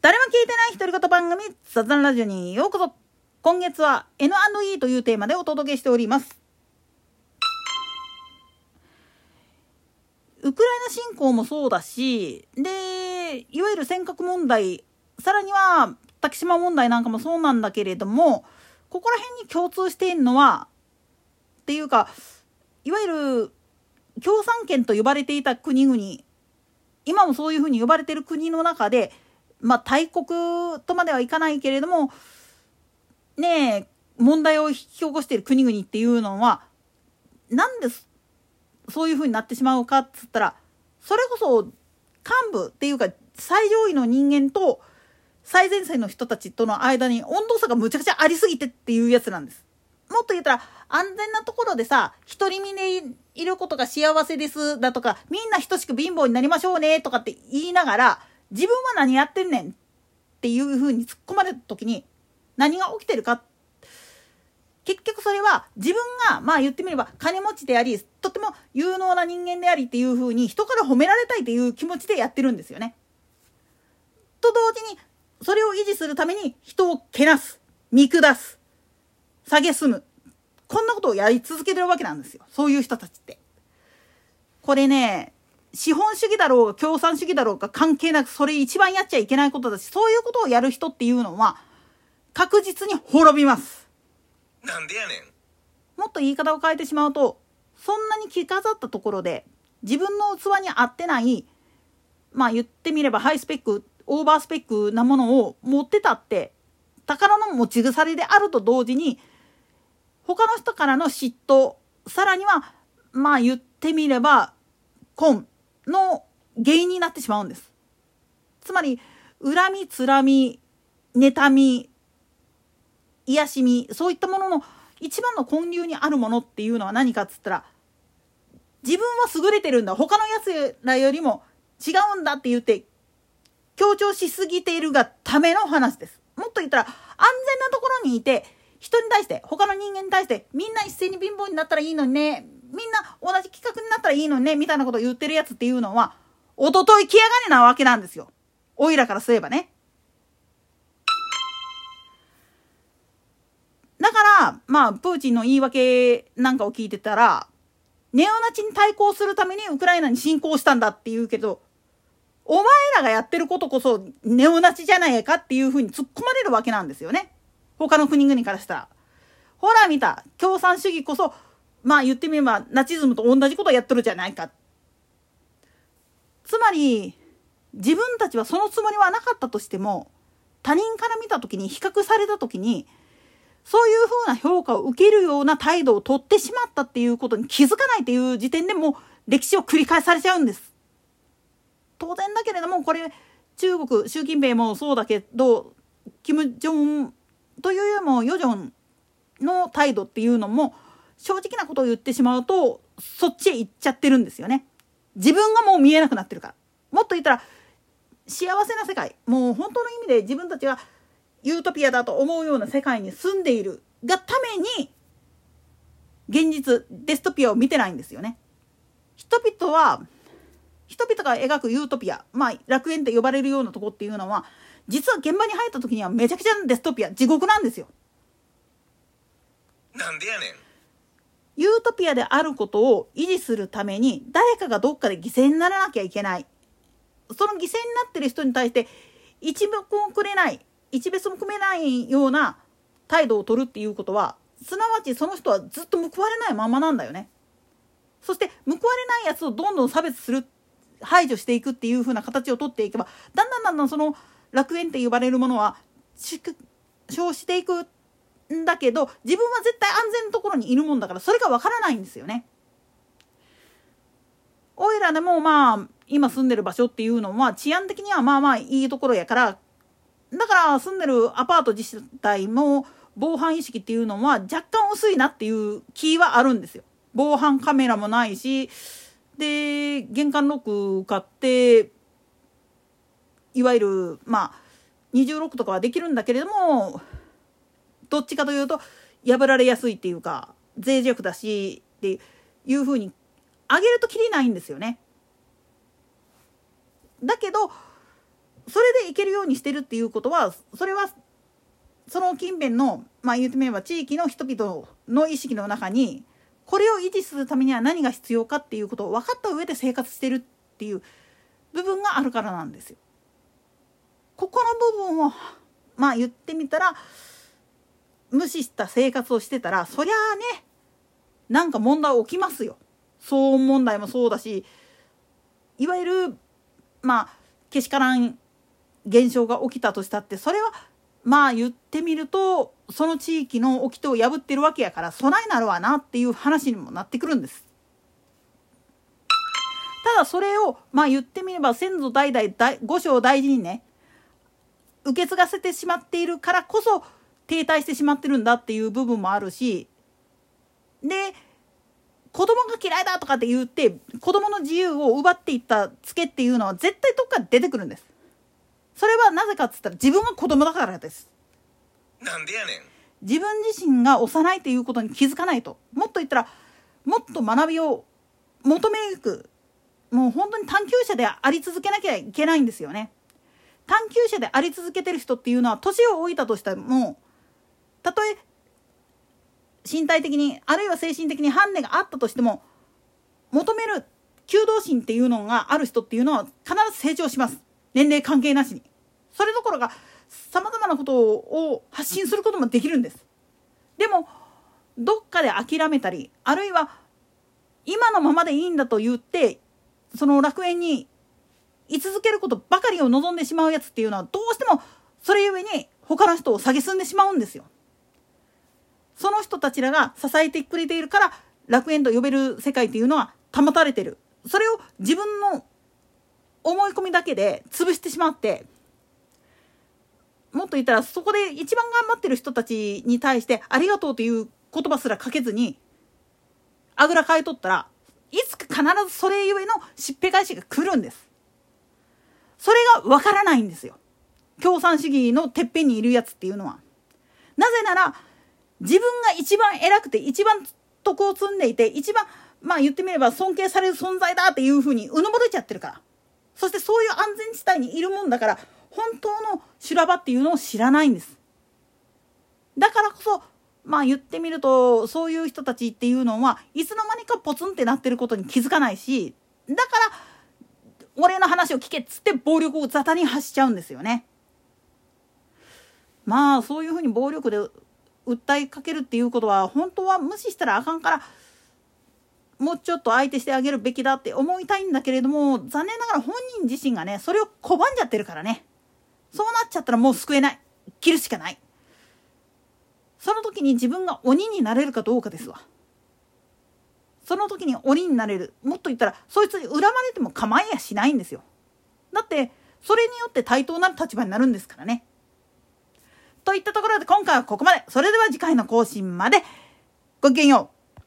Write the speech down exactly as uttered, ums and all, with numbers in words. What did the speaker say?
誰も聞いてない独り言番組雑談ラジオにようこそ。今月は エヌアンドイー というテーマでお届けしております。ウクライナ侵攻もそうだし、でいわゆる尖閣問題、さらには竹島問題なんかもそうなんだけれども、ここら辺に共通しているのはっていうか、いわゆる共産圏と呼ばれていた国々、今もそういうふうに呼ばれている国の中で、まあ大国とまではいかないけれどもねえ、問題を引き起こしている国々っていうのはなんでそういうふうになってしまうかっつったら、それこそ幹部っていうか最上位の人間と最前線の人たちとの間に温度差がむちゃくちゃありすぎてっていうやつなんです。もっと言ったら、安全なところでさ、独り身でいることが幸せですだとか、みんな等しく貧乏になりましょうねとかって言いながら、自分は何やってんねんっていう風に突っ込まれた時に何が起きてるか。結局それは自分がまあ言ってみれば金持ちであり、とても有能な人間でありっていう風に人から褒められたいっていう気持ちでやってるんですよね。と同時にそれを維持するために人をけなす、見下す、蔑む、こんなことをやり続けてるわけなんですよ、そういう人たちって。これね、資本主義だろうが共産主義だろうが関係なく、それ一番やっちゃいけないことだし、そういうことをやる人っていうのは確実に滅びます。 なんでやねん。もっと言い方を変えてしまうと、そんなに着飾ったところで自分の器に合ってない、まあ言ってみればハイスペック、オーバースペックなものを持ってたって宝の持ち腐れであると同時に、他の人からの嫉妬、さらにはまあ言ってみれば根の原因になってしまうんです。つまり恨み、つらみ、妬み、癒しみ、そういったものの一番の根流にあるものっていうのは何かっつったら、自分は優れてるんだ、他のやつらよりも違うんだって言って強調しすぎているがための話です。もっと言ったら、安全なところにいて人に対して、他の人間に対して、みんな一斉に貧乏になったらいいのにね、みんな同じ企画になったらいいのにねみたいなことを言ってるやつっていうのはおととい来やがれなわけなんですよ、おいらからすればね。だからまあプーチンの言い訳なんかを聞いてたら、ネオナチに対抗するためにウクライナに侵攻したんだって言うけど、お前らがやってることこそネオナチじゃないかっていうふうに突っ込まれるわけなんですよね、他の国々からしたら。ほら見た、共産主義こそまあ言ってみればナチズムと同じことをやってるじゃないか。つまり自分たちはそのつもりはなかったとしても、他人から見た時に、比較された時に、そういうふうな評価を受けるような態度を取ってしまったっていうことに気づかないっていう時点でもう歴史を繰り返されちゃうんです。当然だけれども、これ中国習近平もそうだけど、キム・ジョンウンというよりもヨジョンの態度っていうのも正直なことを言ってしまうとそっちへ行っちゃってるんですよね。自分がもう見えなくなってるから。もっと言ったら幸せな世界、もう本当の意味で自分たちがユートピアだと思うような世界に住んでいるがために現実デストピアを見てないんですよね。人々は人々が描くユートピア、まあ楽園って呼ばれるようなとこっていうのは、実は現場に入った時にはめちゃくちゃなデストピア、地獄なんですよ。 なんでやねん。 ユートピアであることを維持するために誰かがどっかで犠牲にならなきゃいけない。その犠牲になってる人に対して一目もくれない、一別もくめないような態度を取るっていうことは、すなわちその人はずっと報われないままなんだよね。そして報われないやつをどんどん差別する、排除していくっていう風な形を取っていけば、だんだんだんだんその楽園って呼ばれるものは縮小していくんだけど、自分は絶対安全なところにいるもんだからそれがわからないんですよね。おいらでもまあ今住んでる場所っていうのは治安的にはまあまあいいところやから、だから住んでるアパート自体も防犯意識っていうのは若干薄いなっていう気はあるんですよ。防犯カメラもないし、で玄関ロック買っていわゆるまあ二重ロックとかはできるんだけれども、どっちかというと破られやすいっていうか脆弱だしっていう風に上げるときりないんですよね。だけどそれでいけるようにしてるっていうことは、それはその近辺の、まあ言ってみれば地域の人々の意識の中に、これを維持するためには何が必要かっていうことを分かった上で生活してるっていう部分があるからなんですよ。ここの部分をまあ言ってみたら、無視した生活をしてたら、そりゃあね、なんか問題起きますよ。騒音問題もそうだし、いわゆるまあけしからん現象が起きたとしたって、それはまあ言ってみるとその地域の掟を破ってるわけやから、備えなるわなっていう話にもなってくるんです。ただそれをまあ言ってみれば、先祖代々五章大事にね受け継がせてしまっているからこそ停滞してしまってるんだっていう部分もあるし、で子供が嫌いだとかって言って子供の自由を奪っていったツケっていうのは絶対どっかで出てくるんです。それはなぜかっつったら、自分が子供だからです。 なんでやねん。 自分自身が幼いということに気づかないと、もっと言ったらもっと学びを求めゆく、もう本当に探求者であり続けなきゃいけないんですよね。探求者であり続けてる人っていうのは、年を老いたとしても、たとえ身体的にあるいは精神的にハンデがあったとしても、求める求道心っていうのがある人っていうのは必ず成長します。年齢関係なしに。それどころかさまざまなことを発信することもできるんです。でもどっかで諦めたり、あるいは今のままでいいんだと言ってその楽園に居続けることばかりを望んでしまうやつっていうのは、どうしてもそれゆえに他の人を蔑んでしまうんですよ。その人たちらが支えてくれているから楽園と呼べる世界っていうのは保たれてる。それを自分の思い込みだけで潰してしまって、もっと言ったらそこで一番頑張ってる人たちに対してありがとうという言葉すらかけずにあぐらかいとったら、いつか必ずそれゆえのしっぺ返しが来るんです。それがわからないんですよ、共産主義のてっぺんにいるやつっていうのは。なぜなら自分が一番偉くて一番徳を積んでいて、一番まあ言ってみれば尊敬される存在だっていうふうにうぬぼれちゃってるから、そしてそういう安全地帯にいるもんだから、本当の修羅場っていうのを知らないんです。だからこそまあ言ってみると、そういう人たちっていうのはいつの間にかポツンってなってることに気づかないし、だから俺の話を聞けっつって暴力を雑多に発しちゃうんですよね。まあそういうふうに暴力で訴えかけるっていうことは本当は無視したらあかんから、もうちょっと相手してあげるべきだって思いたいんだけれども、残念ながら本人自身がねそれを拒んじゃってるからね、そうなっちゃったらもう救えない、切るしかない。その時に自分が鬼になれるかどうかですわ。その時に鬼になれる、もっと言ったらそいつに恨まれても構えやしないんですよ。だってそれによって対等なる立場になるんですからね。といったところで今回はここまで。それでは次回の更新までごきげんよう。